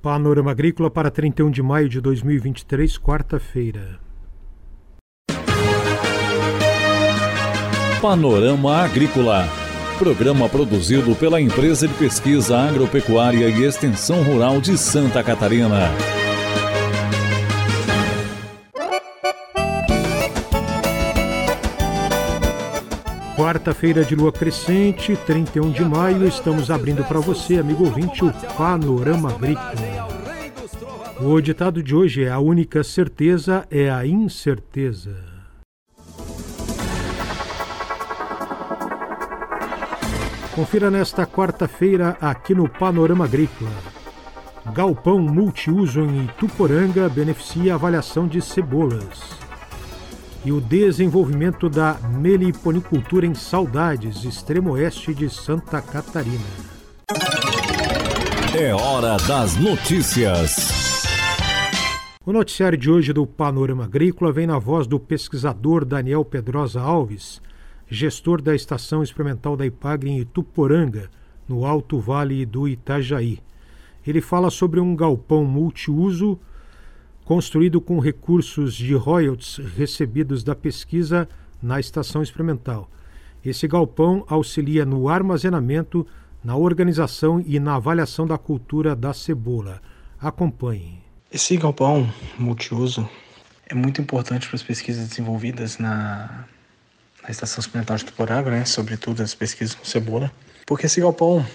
Panorama Agrícola para 31 de maio de 2023, quarta-feira. Panorama Agrícola, programa produzido pela Empresa de Pesquisa Agropecuária e Extensão Rural de Santa Catarina. Quarta-feira de lua crescente, 31 de maio, estamos abrindo para você, amigo ouvinte, o Panorama Agrícola. O ditado de hoje é: a única certeza é a incerteza. Confira nesta quarta-feira aqui no Panorama Agrícola. Galpão multiuso em Ituporanga beneficia a avaliação de cebolas. E o desenvolvimento da meliponicultura em Saudades, extremo oeste de Santa Catarina. É hora das notícias. O noticiário de hoje do Panorama Agrícola vem na voz do pesquisador Daniel Pedrosa Alves, gestor da Estação Experimental da IPAGRE em Ituporanga, no Alto Vale do Itajaí. Ele fala sobre um galpão multiuso construído com recursos de royalties recebidos da pesquisa na estação experimental. Esse galpão auxilia no armazenamento, na organização e na avaliação da cultura da cebola. Acompanhe. Esse galpão multiuso é muito importante para as pesquisas desenvolvidas na estação experimental de Ituporanga, né? Sobretudo as pesquisas com cebola, porque esse galpão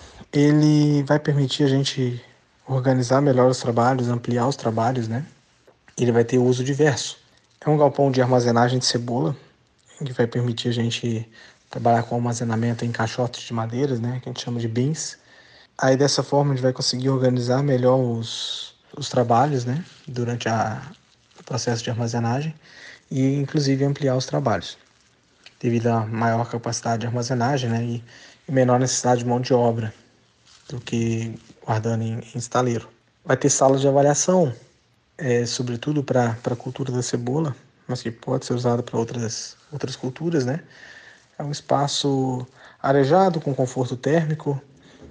ele vai permitir a gente organizar melhor os trabalhos, ampliar os trabalhos, né? Ele vai ter uso diverso. É um galpão de armazenagem de cebola, que vai permitir a gente trabalhar com armazenamento em caixotes de madeiras, né? Que a gente chama de bins. Aí dessa forma a gente vai conseguir organizar melhor os trabalhos, né? Durante o processo de armazenagem e inclusive ampliar os trabalhos, devido à maior capacidade de armazenagem, né? E menor necessidade de mão de obra do que guardando em estaleiro. Vai ter sala de avaliação, sobretudo para a cultura da cebola, mas que pode ser usada para outras culturas, né? É um espaço arejado, com conforto térmico.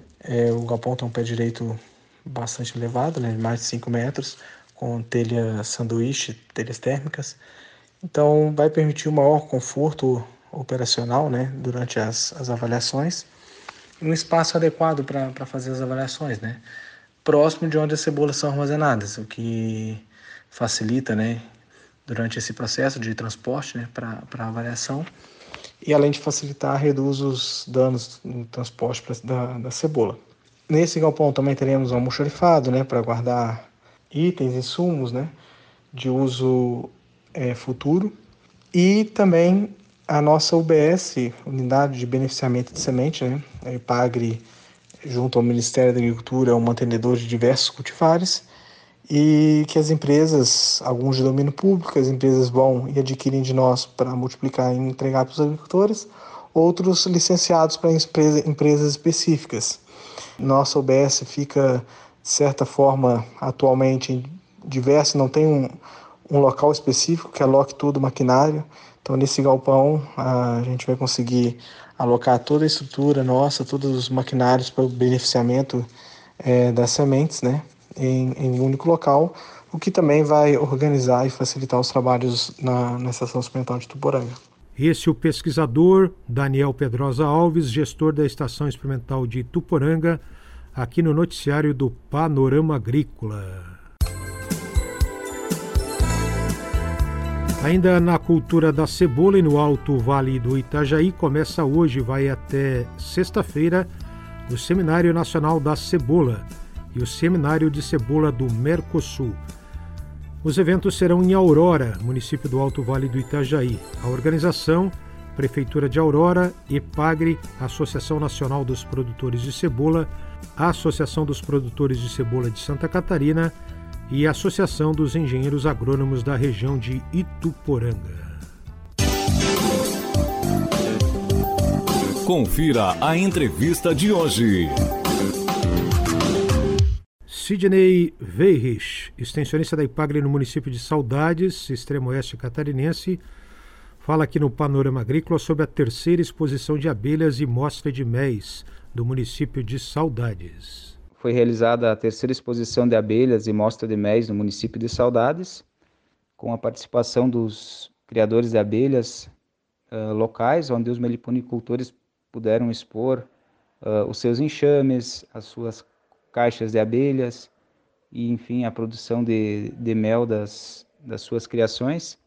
O galpão tem um pé direito bastante elevado, né? Mais de 5 metros, com telha sanduíche, telhas térmicas. Então vai permitir um maior conforto operacional, né? Durante as avaliações. Um espaço adequado para fazer as avaliações, né? Próximo de onde as cebolas são armazenadas, o que facilita, né, durante esse processo de transporte, né, para avaliação, e além de facilitar, reduz os danos no transporte da cebola. Nesse galpão também teremos um almoxarifado, né, para guardar itens, insumos, né, de uso futuro, e também a nossa UBS, Unidade de Beneficiamento de Semente, né? A IPAGRE, junto ao Ministério da Agricultura, é um mantenedor de diversos cultivares, e que as empresas, alguns de domínio público, as empresas vão e adquirem de nós para multiplicar e entregar para os agricultores, outros licenciados para empresas específicas. Nossa UBS fica, de certa forma, atualmente diversa, não tem um local específico que aloque todo o maquinário. Então, nesse galpão, a gente vai conseguir alocar toda a estrutura nossa, todos os maquinários para o beneficiamento das sementes, né, em um único local, o que também vai organizar e facilitar os trabalhos na Estação Experimental de Ituporanga. Esse é o pesquisador Daniel Pedrosa Alves, gestor da Estação Experimental de Ituporanga, aqui no noticiário do Panorama Agrícola. Ainda na cultura da cebola e no Alto Vale do Itajaí, começa hoje e vai até sexta-feira o Seminário Nacional da Cebola e o Seminário de Cebola do Mercosul. Os eventos serão em Aurora, município do Alto Vale do Itajaí. A organização, Prefeitura de Aurora, IPAGRE, Associação Nacional dos Produtores de Cebola, a Associação dos Produtores de Cebola de Santa Catarina e a Associação dos Engenheiros Agrônomos da região de Ituporanga. Confira a entrevista de hoje. Sidney Veirich, extensionista da IPAGRE no município de Saudades, extremo oeste catarinense, fala aqui no Panorama Agrícola sobre a terceira exposição de abelhas e mostra de méis do município de Saudades. foi realizada a terceira exposição de abelhas e mostra de mel no município de Saudades, com a participação dos criadores de abelhas locais, onde os meliponicultores puderam expor os seus enxames, as suas caixas de abelhas e, enfim, a produção de mel das suas criações,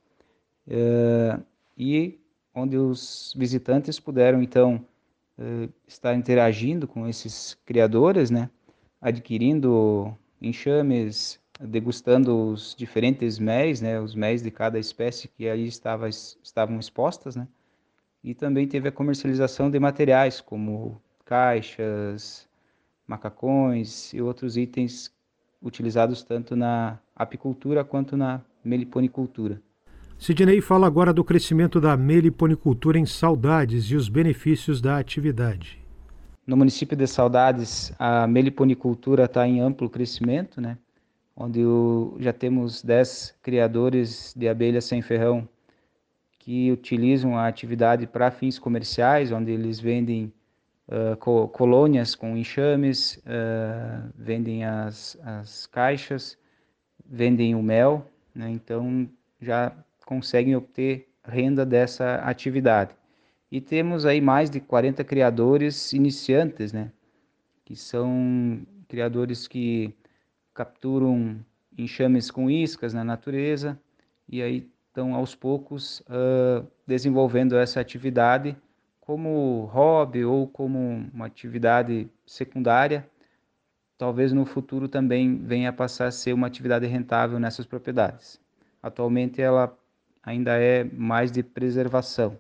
e onde os visitantes puderam, então, estar interagindo com esses criadores, né, adquirindo enxames, degustando os diferentes méis, né, os méis de cada espécie que ali estavam expostas, né, e também teve a comercialização de materiais como caixas, macacões e outros itens utilizados tanto na apicultura quanto na meliponicultura. Sidney fala agora do crescimento da meliponicultura em Saudades e os benefícios da atividade. No município de Saudades, a meliponicultura está em amplo crescimento, né? Onde já temos 10 criadores de abelhas sem ferrão que utilizam a atividade para fins comerciais, onde eles vendem colônias com enxames, vendem as caixas, vendem o mel, né? Então já conseguem obter renda dessa atividade. E temos aí mais de 40 criadores iniciantes, né? Que são criadores que capturam enxames com iscas na natureza e aí estão aos poucos desenvolvendo essa atividade como hobby ou como uma atividade secundária. Talvez no futuro também venha a passar a ser uma atividade rentável nessas propriedades. Atualmente ela ainda é mais de preservação.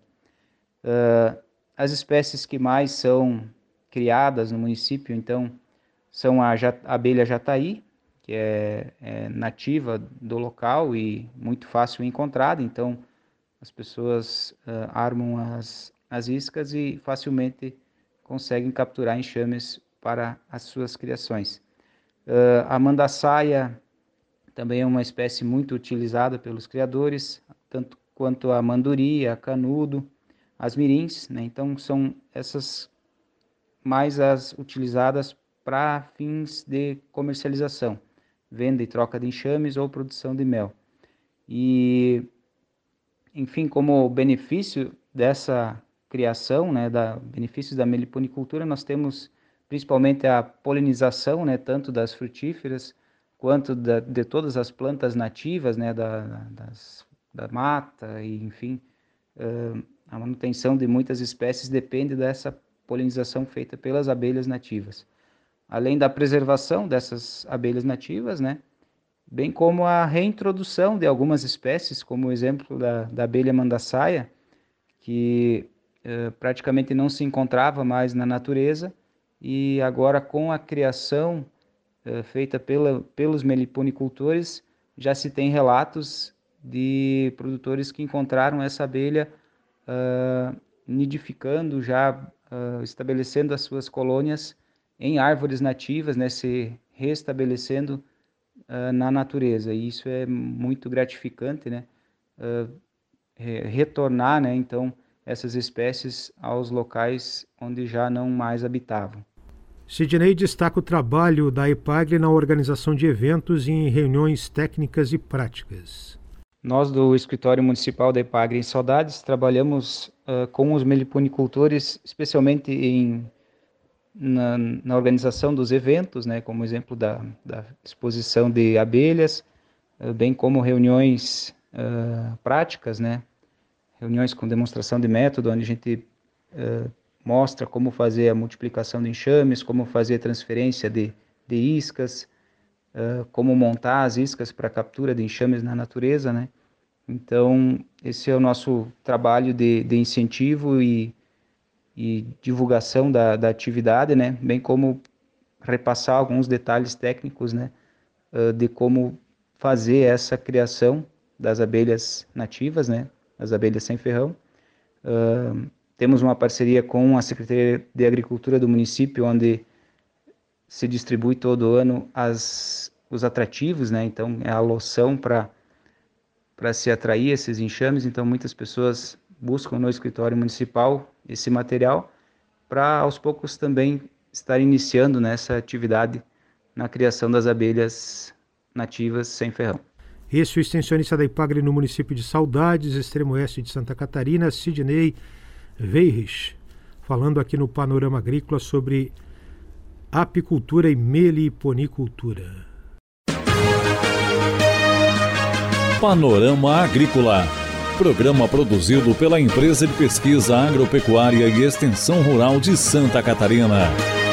As espécies que mais são criadas no município, então, são a abelha jataí, que é nativa do local e muito fácil encontrada, então as pessoas armam as iscas e facilmente conseguem capturar enxames para as suas criações. A mandaçaia também é uma espécie muito utilizada pelos criadores, tanto quanto a manduri, a canudo, as mirins, né? Então são essas mais as utilizadas para fins de comercialização, venda e troca de enxames ou produção de mel. E, enfim, como benefício dessa criação, né, benefícios da meliponicultura, nós temos principalmente a polinização, né, tanto das frutíferas quanto de todas as plantas nativas, né, da mata, e, enfim, a manutenção de muitas espécies depende dessa polinização feita pelas abelhas nativas. Além da preservação dessas abelhas nativas, né, bem como a reintrodução de algumas espécies, como o exemplo da abelha mandaçaia, que praticamente não se encontrava mais na natureza, e agora com a criação feita pelos meliponicultores, já se tem relatos de produtores que encontraram essa abelha nidificando, já estabelecendo as suas colônias em árvores nativas, né, se restabelecendo na natureza. E isso é muito gratificante, né, retornar, né, então, essas espécies aos locais onde já não mais habitavam. Sidney destaca o trabalho da EPAGRE na organização de eventos e em reuniões técnicas e práticas. Nós do Escritório Municipal da EPAGRE em Saudades trabalhamos com os meliponicultores, especialmente na organização dos eventos, né, como exemplo da exposição de abelhas, bem como reuniões práticas, né, reuniões com demonstração de método, onde a gente mostra como fazer a multiplicação de enxames, como fazer a transferência de iscas, como montar as iscas para captura de enxames na natureza, né? Então, esse é o nosso trabalho de incentivo e divulgação da atividade, né? Bem como repassar alguns detalhes técnicos, né? De como fazer essa criação das abelhas nativas, né? As abelhas sem ferrão. Temos uma parceria com a Secretaria de Agricultura do município, onde se distribui todo ano os atrativos, né? Então, é a loção para se atrair esses enxames. Então, muitas pessoas buscam no escritório municipal esse material para, aos poucos, também estar iniciando nessa atividade na criação das abelhas nativas sem ferrão. Esse é o extensionista da Ipagre no município de Saudades, extremo oeste de Santa Catarina, Sidney Weirich, falando aqui no Panorama Agrícola sobre apicultura e meliponicultura. Panorama Agrícola, programa produzido pela Empresa de Pesquisa Agropecuária e Extensão Rural de Santa Catarina.